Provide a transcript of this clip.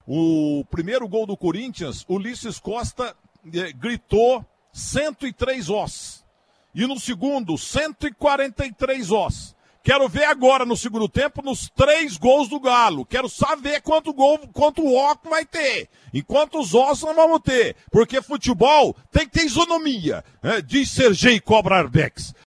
O primeiro gol do Corinthians, o Ulisses Costa gritou 103 os. E no segundo, 143 os. Quero ver agora no segundo tempo nos 3 gols do Galo. Quero saber quanto ó vai ter. E quantos ossos nós vamos ter. Porque futebol tem que ter isonomia. Diz Sergei Cobra Arbex.